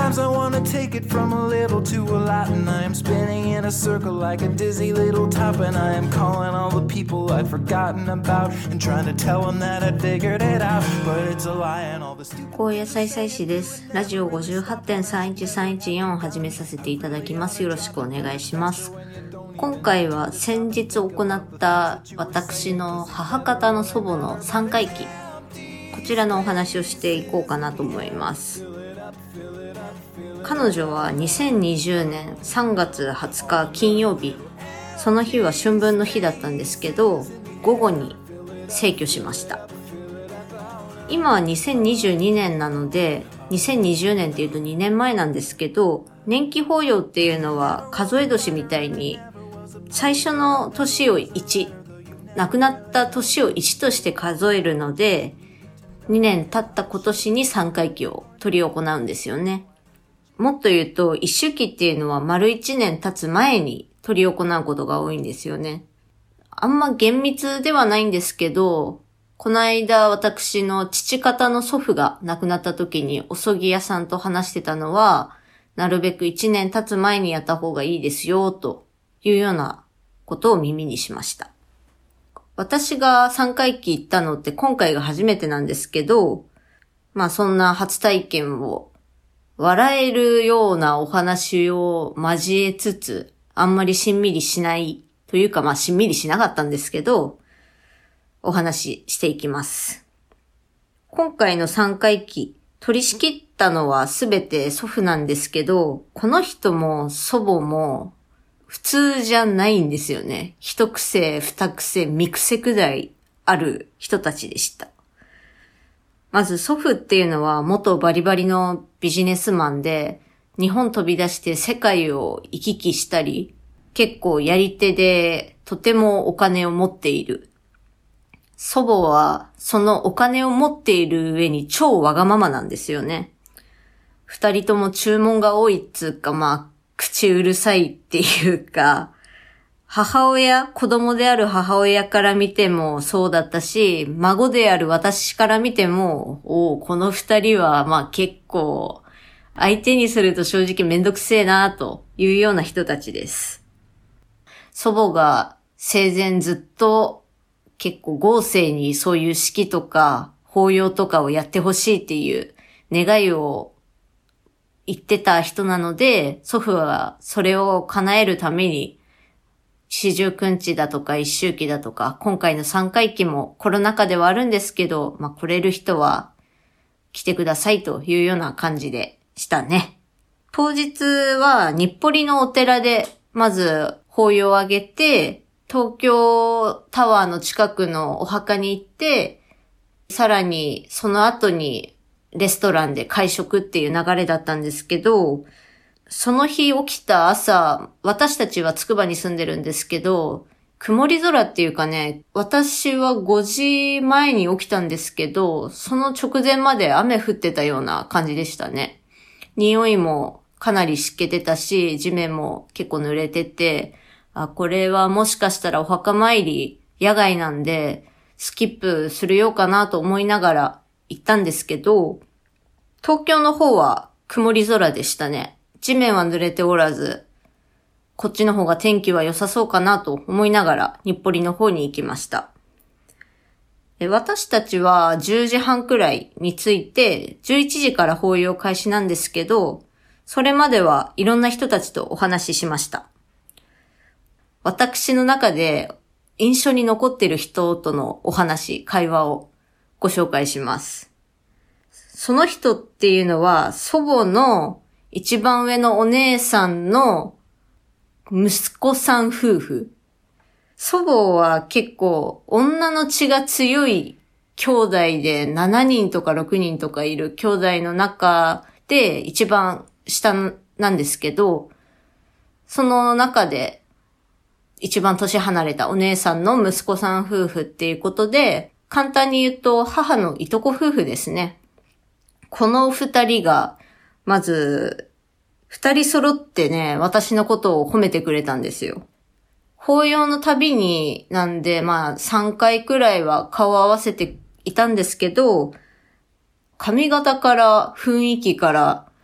Sometimes I wanna take it from a little to a lot, and I am spinning in a circle like a dizzy little top, and I am calling all the people I'd forgotten about and trying to tell them that I figured it out, but it's a lie and all the stupid. 高野菜菜師です。ラジオ 58.31314 を始めさせていただきます。よろしくお願いします。今回は先日行った私の母方の祖母の三回忌、こちらのお話をしていこうかなと思います。彼女は2020年3月20日金曜日、その日は春分の日だったんですけど、午後に逝去しました。今は2022年なので、2020年っていうと2年前なんですけど、年期法要っていうのは数え年みたいに最初の年を1、亡くなった年を1として数えるので、2年経った今年に三回忌を執り行うんですよね。もっと言うと、一周忌っていうのは丸1年経つ前に執り行うことが多いんですよね。あんま厳密ではないんですけど、この間私の父方の祖父が亡くなった時にお葬儀屋さんと話してたのは、なるべく1年経つ前にやった方がいいですよ、というようなことを耳にしました。私が三回忌行ったのって今回が初めてなんですけど、そんな初体験を笑えるようなお話を交えつつ、あんまりしんみりしないというか、しんみりしなかったんですけど、お話ししていきます。今回の三回忌、取り仕切ったのはすべて祖父なんですけど、この人も祖母も普通じゃないんですよね。一癖、二癖、三癖くらいある人たちでした。まず祖父っていうのは元バリバリのビジネスマンで、日本飛び出して世界を行き来したり、結構やり手でとてもお金を持っている。祖母はそのお金を持っている上に超わがままなんですよね。二人とも注文が多いっつうか、口うるさいっていうか、子供である母親から見てもそうだったし、孫である私から見ても、この二人は結構、相手にすると正直めんどくせえなというような人たちです。祖母が生前ずっと結構豪勢にそういう式とか法要とかをやってほしいっていう願いを言ってた人なので、祖父はそれを叶えるために四十九日だとか一周忌だとか、今回の三回忌もコロナ禍ではあるんですけど、来れる人は来てくださいというような感じでしたね。当日は日暮里のお寺でまず法要をあげて、東京タワーの近くのお墓に行って、さらにその後にレストランで会食っていう流れだったんですけど、その日起きた朝、私たちはつくばに住んでるんですけど、曇り空っていうかね、私は5時前に起きたんですけど、その直前まで雨降ってたような感じでしたね。匂いもかなり湿気てたし、地面も結構濡れてて、これはもしかしたらお墓参り野外なんで、スキップするようかなと思いながら行ったんですけど、東京の方は曇り空でしたね。地面は濡れておらず、こっちの方が天気は良さそうかなと思いながら日暮里の方に行きました。私たちは10時半くらいに着いて、11時から法要開始なんですけど、それまではいろんな人たちとお話ししました。私の中で印象に残っている人とのお話、会話をご紹介します。その人っていうのは祖母の一番上のお姉さんの息子さん夫婦。祖母は結構女の血が強い兄弟で7人とか6人とかいる兄弟の中で一番下なんですけど、その中で一番年離れたお姉さんの息子さん夫婦っていうことで、簡単に言うと母のいとこ夫婦ですね。この二人が、まず、二人揃ってね、私のことを褒めてくれたんですよ。法要のたびに、なんで、3回くらいは顔を合わせていたんですけど、髪型から雰囲気から、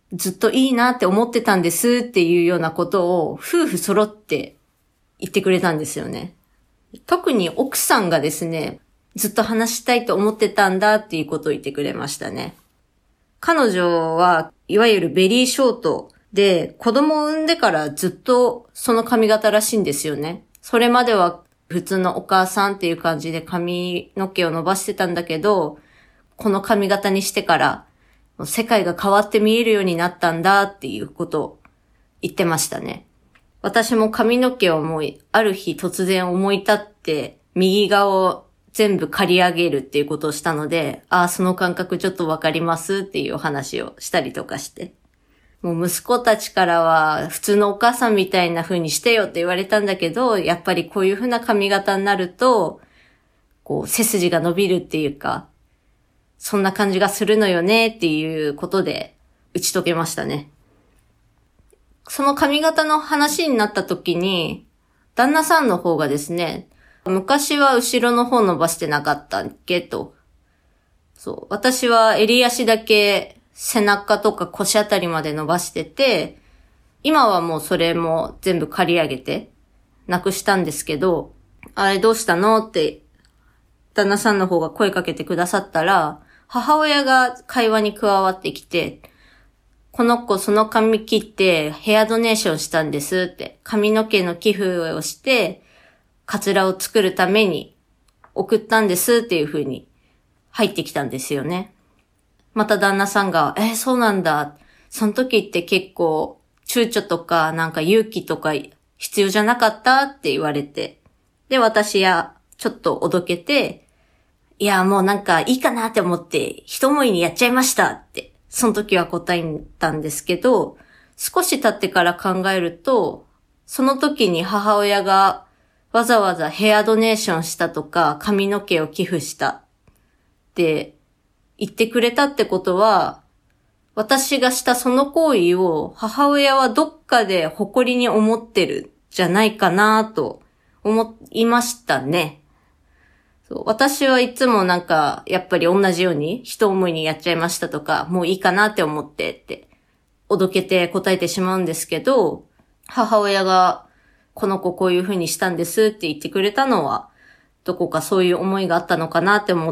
ずっといいなって思ってたんですっていうようなことを夫婦揃って言ってくれたんですよね。特に奥さんがですね、ずっと話したいと思ってたんだっていうことを言ってくれましたね。彼女はいわゆるベリーショートで子供を産んでからずっとその髪型らしいんですよね。それまでは普通のお母さんっていう感じで髪の毛を伸ばしてたんだけど、この髪型にしてから世界が変わって見えるようになったんだっていうことを言ってましたね。私も髪の毛をもうある日突然思い立って右側を全部刈り上げるっていうことをしたので、その感覚ちょっとわかりますっていうお話をしたりとかして。もう息子たちからは普通のお母さんみたいな風にしてよって言われたんだけど、やっぱりこういう風な髪型になると、背筋が伸びるっていうか、そんな感じがするのよねっていうことで打ち解けましたね。その髪型の話になった時に、旦那さんの方がですね、昔は後ろの方伸ばしてなかったっけと。そう。私は襟足だけ背中とか腰あたりまで伸ばしてて、今はもうそれも全部刈り上げてなくしたんですけど、あれどうしたのって旦那さんの方が声かけてくださったら、母親が会話に加わってきて、この子その髪切ってヘアドネーションしたんですって、髪の毛の寄付をして、カツラを作るために送ったんですっていう風に入ってきたんですよね。また旦那さんが、そうなんだ。その時って結構躊躇とかなんか勇気とか必要じゃなかったって言われて。で、私ちょっとおどけて、いやもうなんかいいかなって思って一思いにやっちゃいましたって、その時は答えたんですけど、少し経ってから考えると、その時に母親がわざわざヘアドネーションしたとか髪の毛を寄付したって言ってくれたってことは、私がしたその行為を母親はどっかで誇りに思ってるじゃないかなと思いましたね。そう、私はいつもなんかやっぱり同じように一思いにやっちゃいましたとか、もういいかなって思ってっておどけて答えてしまうんですけど、母親がこの子こういう風にしたんですって言ってくれたのは、どこかそういう思いがあったのかなって思って、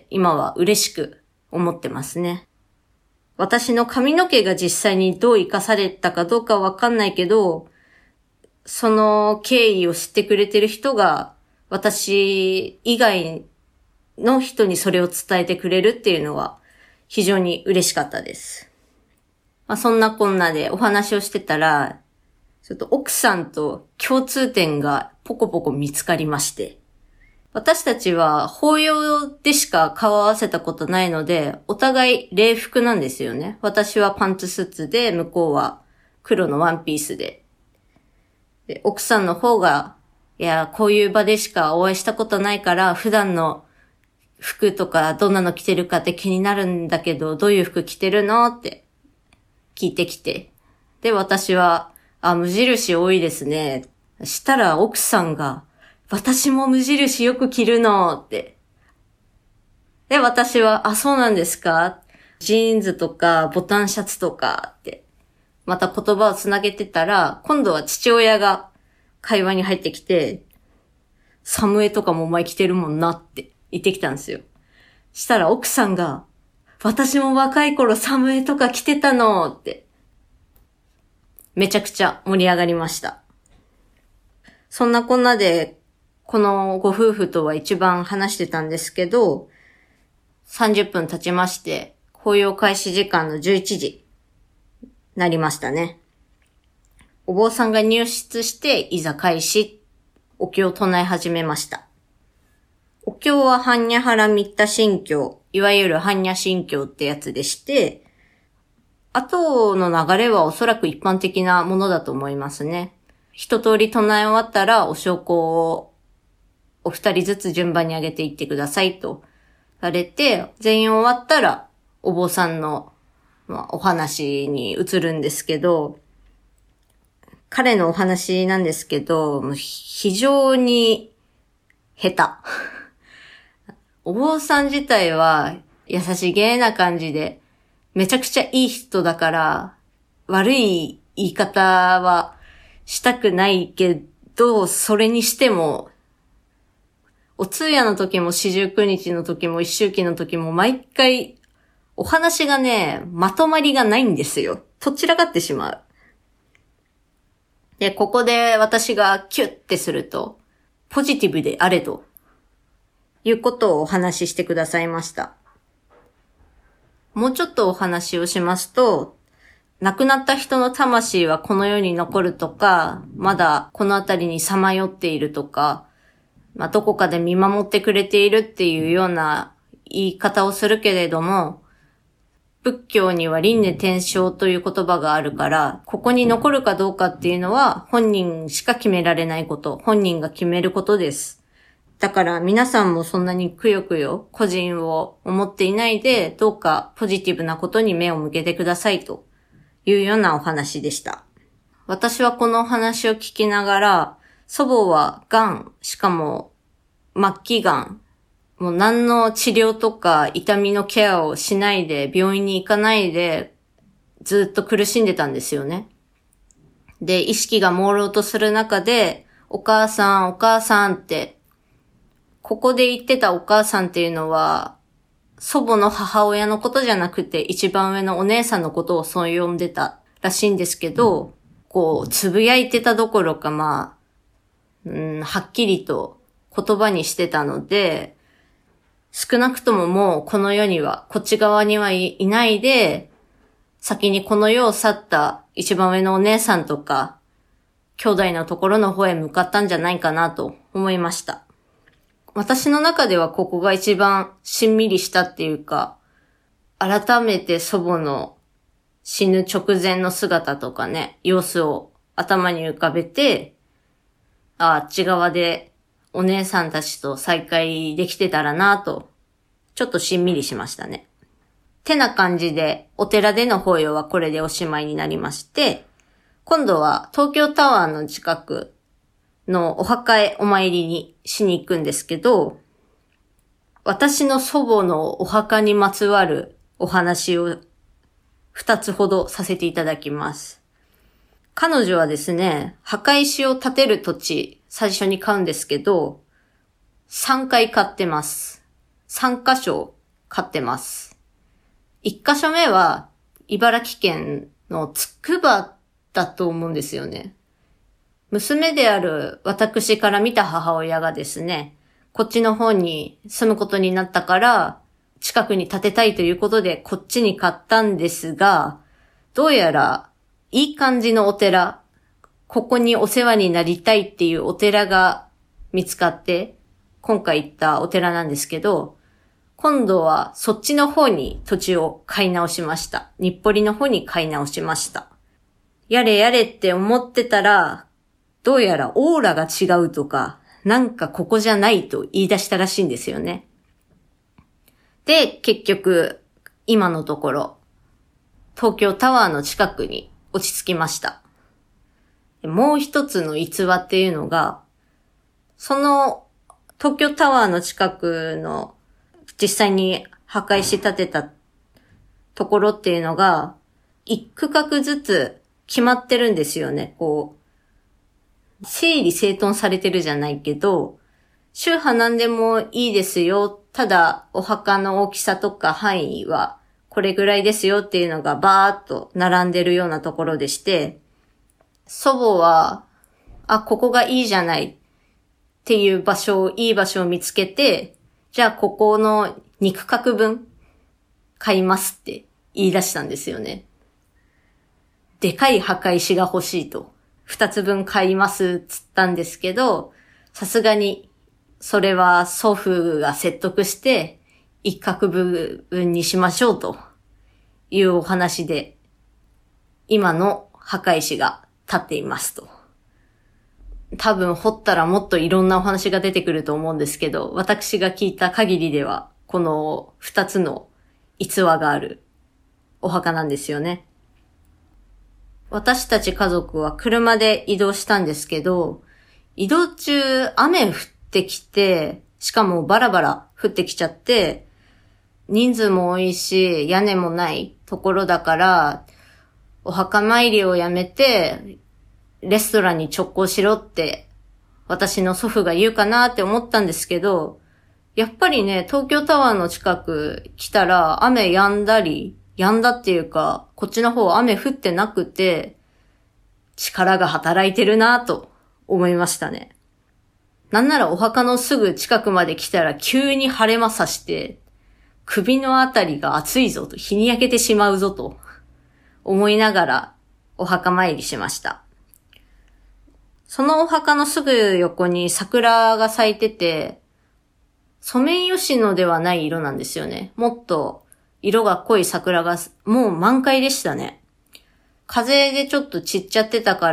今は嬉しく思ってますね。私の髪の毛が実際にどう生かされたかどうかはわかんないけど、その経緯を知ってくれてる人が、私以外の人にそれを伝えてくれるっていうのは非常に嬉しかったです。そんなこんなでお話をしてたら、ちょっと奥さんと共通点がポコポコ見つかりまして。私たちは法要でしか顔合わせたことないので、お互い礼服なんですよね。私はパンツスーツで、向こうは黒のワンピースで。で、奥さんの方が、いや、こういう場でしかお会いしたことないから、普段の服とかどんなの着てるかって気になるんだけど、どういう服着てるのって聞いてきて。で、私は、無印多いですね。したら奥さんが、私も無印よく着るのって。で、私は、そうなんですか？ジーンズとかボタンシャツとかって。また言葉をつなげてたら、今度は父親が会話に入ってきて、サムエとかもお前着てるもんなって言ってきたんですよ。したら奥さんが、私も若い頃サムエとか着てたのって。めちゃくちゃ盛り上がりました。そんなこんなで、このご夫婦とは一番話してたんですけど、30分経ちまして、法要開始時間の11時、なりましたね。お坊さんが入室して、いざ開始、お経を唱え始めました。お経は般若波羅蜜多神経、いわゆる般若心経ってやつでして、後の流れはおそらく一般的なものだと思いますね。一通り唱え終わったらお焼香をお二人ずつ順番に上げていってくださいとされて、全員終わったらお坊さんの、お話に移るんですけど、彼のお話なんですけど、非常に下手。お坊さん自体は優しげな感じで、めちゃくちゃいい人だから、 悪い言い方はしたくないけど、それにしても、お通夜の時も四十九日の時も一周忌の時も毎回お話がね、まとまりがないんですよ。とっちらかってしまう。で、ここで私がキュッてすると、ポジティブであれということをお話ししてくださいました。もうちょっとお話をしますと、亡くなった人の魂はこの世に残るとか、まだこの辺りにさまよっているとか、どこかで見守ってくれているっていうような言い方をするけれども、仏教には輪廻転生という言葉があるから、ここに残るかどうかっていうのは本人しか決められないこと、本人が決めることです。だから皆さんもそんなにくよくよ個人を思っていないで、どうかポジティブなことに目を向けてくださいというようなお話でした。私はこのお話を聞きながら、祖母は癌、しかも末期癌、もう何の治療とか痛みのケアをしないで、病院に行かないで、ずっと苦しんでたんですよね。で、意識が朦朧とする中で、お母さん、お母さんって、ここで言ってたお母さんっていうのは、祖母の母親のことじゃなくて、一番上のお姉さんのことをそう呼んでたらしいんですけど、つぶやいてたどころか、はっきりと言葉にしてたので、少なくとももうこの世には、こっち側にはいないで、先にこの世を去った一番上のお姉さんとか、兄弟のところの方へ向かったんじゃないかなと思いました。私の中ではここが一番しんみりしたっていうか、改めて祖母の死ぬ直前の姿とかね、様子を頭に浮かべて、あっち側でお姉さんたちと再会できてたらなと、ちょっとしんみりしましたね。てな感じで、お寺での法要はこれでおしまいになりまして、今度は東京タワーの近くのお墓へお参りにしに行くんですけど、私の祖母のお墓にまつわるお話を2つほどさせていただきます。彼女はですね、墓石を建てる土地、最初に買うんですけど、3回買ってます。3箇所買ってます。1箇所目は、茨城県のつくばだと思うんですよね。娘である私から見た母親がですね、こっちの方に住むことになったから、近くに建てたいということでこっちに買ったんですが、どうやらいい感じのお寺、ここにお世話になりたいっていうお寺が見つかって、今回行ったお寺なんですけど、今度はそっちの方に土地を買い直しました。日暮里の方に買い直しました。やれやれって思ってたら、どうやらオーラが違うとか、なんかここじゃないと言い出したらしいんですよね。で、結局、今のところ、東京タワーの近くに落ち着きました。もう一つの逸話っていうのが、その東京タワーの近くの実際に破壊し建てたところっていうのが、一区画ずつ決まってるんですよね。整理整頓されてるじゃないけど、宗派なんでもいいですよ。ただ、お墓の大きさとか範囲はこれぐらいですよっていうのがバーっと並んでるようなところでして、祖母は、ここがいいじゃないっていういい場所を見つけて、じゃあここの2区画分買いますって言い出したんですよね。でかい墓石が欲しいと。2つ分買いますっつったんですけど、さすがにそれは祖父が説得して1画分にしましょうというお話で、今の墓石が立っていますと。多分掘ったらもっといろんなお話が出てくると思うんですけど、私が聞いた限りではこの2つの逸話があるお墓なんですよね。私たち家族は車で移動したんですけど、移動中雨降ってきて、しかもバラバラ降ってきちゃって、人数も多いし屋根もないところだから、 お墓参りをやめて、レストランに直行しろって、私の祖父が言うかなって思ったんですけど、やっぱりね、東京タワーの近く来たら雨止んだっていうか、こっちの方雨降ってなくて、力が働いてるなと思いましたね。なんならお墓のすぐ近くまで来たら急に晴れ間さして、首のあたりが熱いぞと、日に焼けてしまうぞと思いながらお墓参りしました。そのお墓のすぐ横に桜が咲いてて、ソメイヨシノではない色なんですよね。もっと色が濃い桜がもう満開でしたね。風でちょっと散っちゃってたから、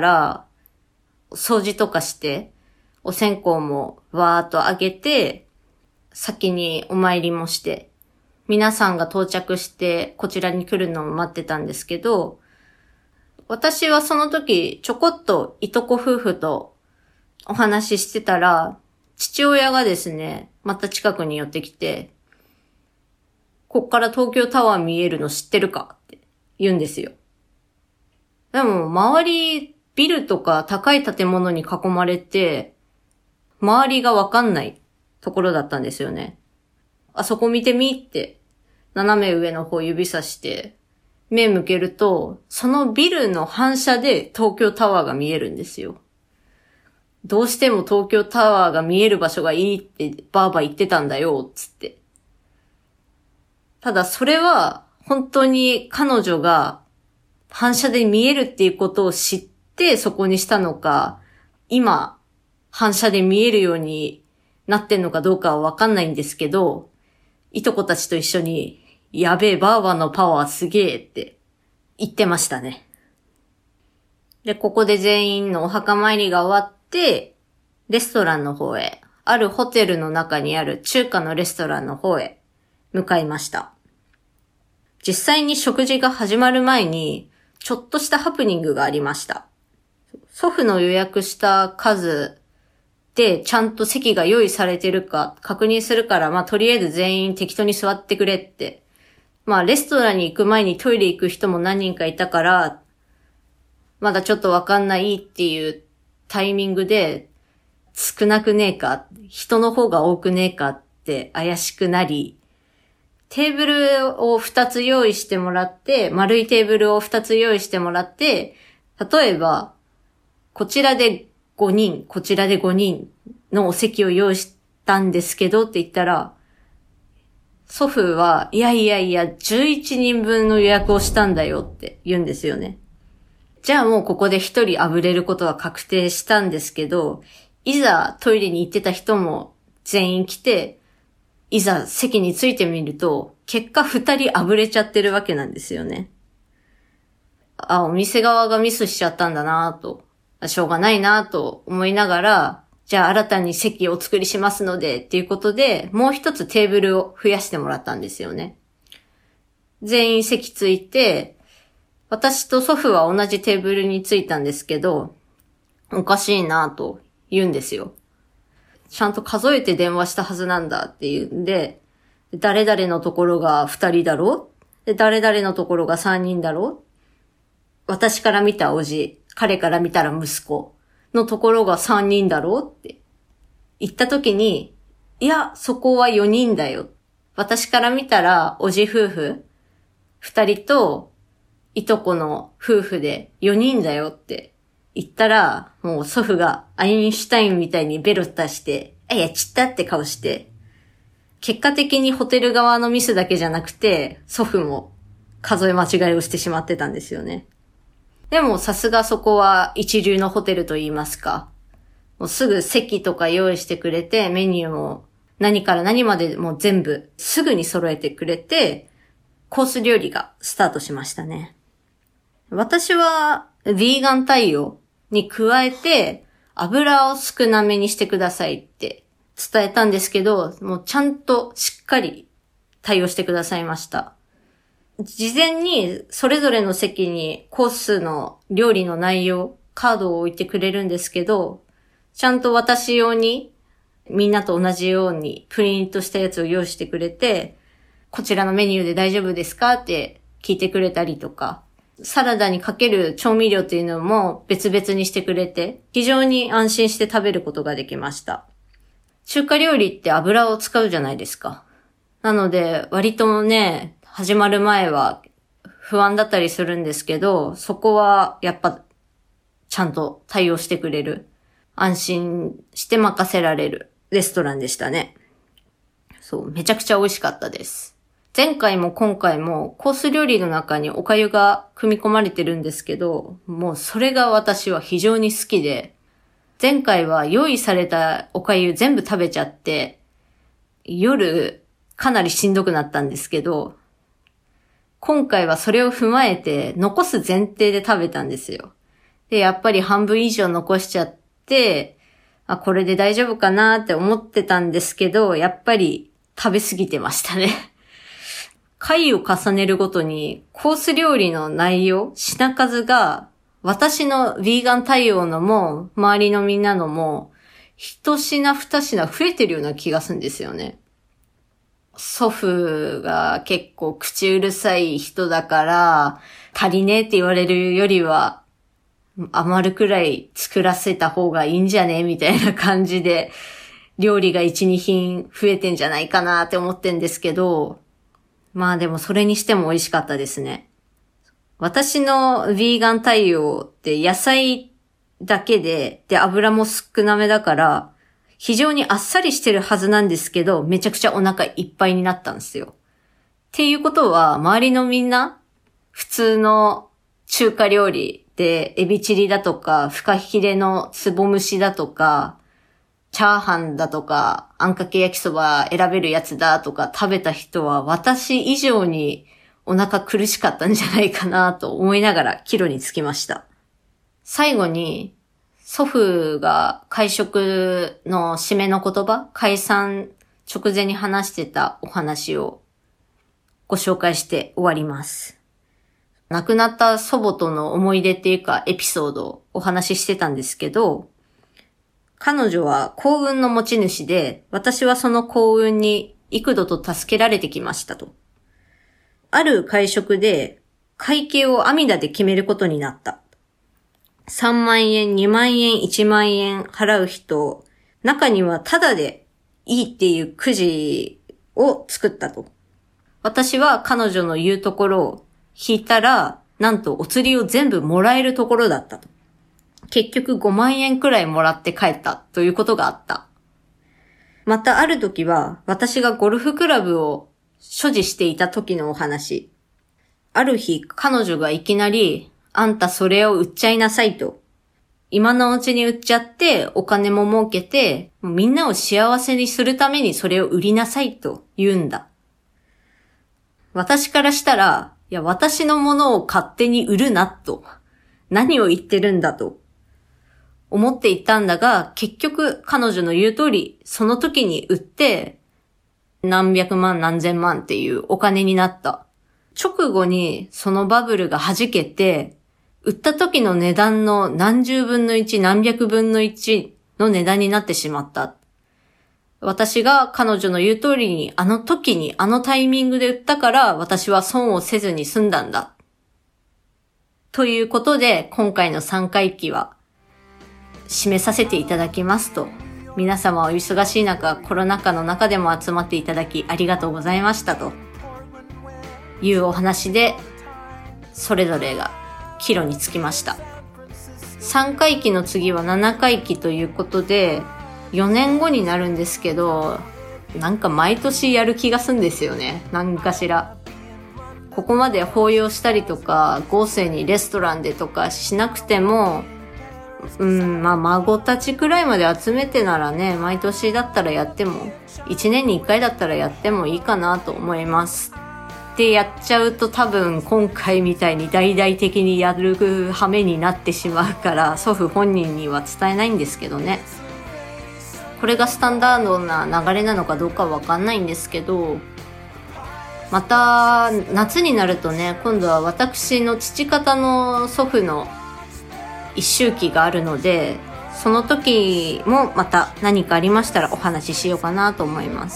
掃除とかして、お線香もわーっとあげて、先にお参りもして、皆さんが到着してこちらに来るのを待ってたんですけど、私はその時ちょこっといとこ夫婦とお話ししてたら、父親がですね、また近くに寄ってきて、こっから東京タワー見えるの知ってるかって言うんですよ。でも周りビルとか高い建物に囲まれて、周りがわかんないところだったんですよね。あそこ見てみって、斜め上の方指さして、目向けると、そのビルの反射で東京タワーが見えるんですよ。どうしても東京タワーが見える場所がいいってばあば言ってたんだよ、つって。ただそれは本当に彼女が反射で見えるっていうことを知ってそこにしたのか、今反射で見えるようになってんのかどうかはわかんないんですけど、いとこたちと一緒に、やべえばあばのパワーすげえって言ってましたね。で、ここで全員のお墓参りが終わって、レストランの方へ、あるホテルの中にある中華のレストランの方へ向かいました。実際に食事が始まる前に、ちょっとしたハプニングがありました。祖父の予約した数でちゃんと席が用意されてるか確認するから、とりあえず全員適当に座ってくれって。レストランに行く前にトイレ行く人も何人かいたから、まだちょっとわかんないっていうタイミングで、少なくねえか、人の方が多くねえかって怪しくなり、テーブルを2つ用意してもらって、丸いテーブルを2つ用意してもらって、例えば、こちらで5人、こちらで5人のお席を用意したんですけどって言ったら、祖父は、いや11人分の予約をしたんだよって言うんですよね。じゃあもうここで1人あぶれることは確定したんですけど、いざトイレに行ってた人も全員来て、いざ席についてみると、結果2人あぶれちゃってるわけなんですよね。お店側がミスしちゃったんだなぁと、しょうがないなぁと思いながら、じゃあ新たに席をお作りしますのでっていうことで、もう一つテーブルを増やしてもらったんですよね。全員席ついて、私と祖父は同じテーブルについたんですけど、おかしいなぁと言うんですよ。ちゃんと数えて電話したはずなんだっていうんで、誰々のところが2人だろ？で、誰々のところが3人だろ？私から見たおじ、彼から見たら息子のところが3人だろうって言ったときに、いや、そこは4人だよ。私から見たらおじ夫婦2人といとこの夫婦で4人だよって言ったら、もう祖父がアインシュタインみたいにベロ出して、いや、ちったって顔して、結果的にホテル側のミスだけじゃなくて、祖父も数え間違いをしてしまってたんですよね。でもさすがそこは一流のホテルと言いますか。もうすぐ席とか用意してくれて、メニューも何から何までもう全部すぐに揃えてくれて、コース料理がスタートしましたね。私はヴィーガン対応に加えて油を少なめにしてくださいって伝えたんですけど、もうちゃんとしっかり対応してくださいました。事前にそれぞれの席にコースの料理の内容、カードを置いてくれるんですけど、ちゃんと私用にみんなと同じようにプリントしたやつを用意してくれて、こちらのメニューで大丈夫ですかって聞いてくれたりとか、 サラダにかける調味料っていうのも別々にしてくれて、非常に安心して食べることができました。中華料理って油を使うじゃないですか。なので、割とね、始まる前は不安だったりするんですけど、そこはやっぱちゃんと対応してくれる。安心して任せられるレストランでしたね。そう、めちゃくちゃ美味しかったです。前回も今回もコース料理の中にお粥が組み込まれてるんですけど、もうそれが私は非常に好きで、前回は用意されたお粥全部食べちゃって、夜かなりしんどくなったんですけど、今回はそれを踏まえて残す前提で食べたんですよ。で、やっぱり半分以上残しちゃって、これで大丈夫かなって思ってたんですけど、やっぱり食べ過ぎてましたね。回を重ねるごとにコース料理の内容、品数が私のヴィーガン対応のも周りのみんなのも一品二品増えてるような気がするんですよね。祖父が結構口うるさい人だから足りねえって言われるよりは余るくらい作らせた方がいいんじゃねみたいな感じで料理が 1,2 品増えてんじゃないかなって思ってんですけど、まあでもそれにしても美味しかったですね。私のヴィーガン対応って野菜だけで油も少なめだから非常にあっさりしてるはずなんですけど、めちゃくちゃお腹いっぱいになったんですよ。っていうことは周りのみんな普通の中華料理でエビチリだとかフカヒレのつぼ蒸しだとかチャーハンだとか、あんかけ焼きそば選べるやつだとか食べた人は私以上にお腹苦しかったんじゃないかなと思いながら帰路につきました。最後に祖父が会食の締めの言葉、解散直前に話してたお話をご紹介して終わります。亡くなった祖母との思い出っていうかエピソードをお話ししてたんですけど、彼女は幸運の持ち主で、私はその幸運に幾度と助けられてきましたと。ある会食で会計を阿弥陀で決めることになった。3万円、2万円、1万円払う人、中にはタダでいいっていうくじを作ったと。私は彼女の言うところを引いたら、なんとお釣りを全部もらえるところだったと。結局5万円くらいもらって帰ったということがあった。またある時は私がゴルフクラブを所持していた時のお話。ある日彼女がいきなりあんたそれを売っちゃいなさいと。今のうちに売っちゃってお金も儲けてみんなを幸せにするためにそれを売りなさいと言うんだ。私からしたら、いや私のものを勝手に売るなと。何を言ってるんだと。思っていたんだが、結局彼女の言う通り、その時に売って、何百万何千万っていうお金になった。直後にそのバブルが弾けて、売った時の値段の何十分の1、何百分の1の値段になってしまった。私が彼女の言う通りに、あの時にあのタイミングで売ったから私は損をせずに済んだんだ。ということで、今回の3回忌は、締めさせていただきますと、皆様お忙しい中、コロナ禍の中でも集まっていただきありがとうございましたというお話で、それぞれが帰路につきました。3回忌の次は7回忌ということで、4年後になるんですけど、なんか毎年やる気がするんですよね。何かしら。ここまで法要したりとか、豪勢にレストランでとかしなくても、まあ孫たちくらいまで集めてならね、毎年だったらやっても、1年に1回だったらやってもいいかなと思います。でやっちゃうと多分今回みたいに大々的にやる羽目になってしまうから、祖父本人には伝えないんですけどね。これがスタンダードな流れなのかどうかわかんないんですけど、また夏になるとね、今度は私の父方の祖父の一周忌があるので、その時もまた何かありましたらお話ししようかなと思います。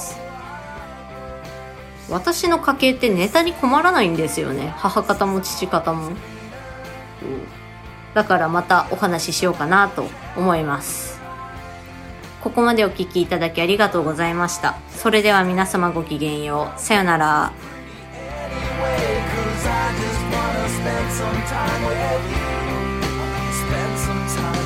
私の家系ってネタに困らないんですよね。母方も父方も。 だからまたお話ししようかなと思います。ここまでお聞きいただきありがとうございました。それでは皆様ごきげんよう。さよなら。 Spend some time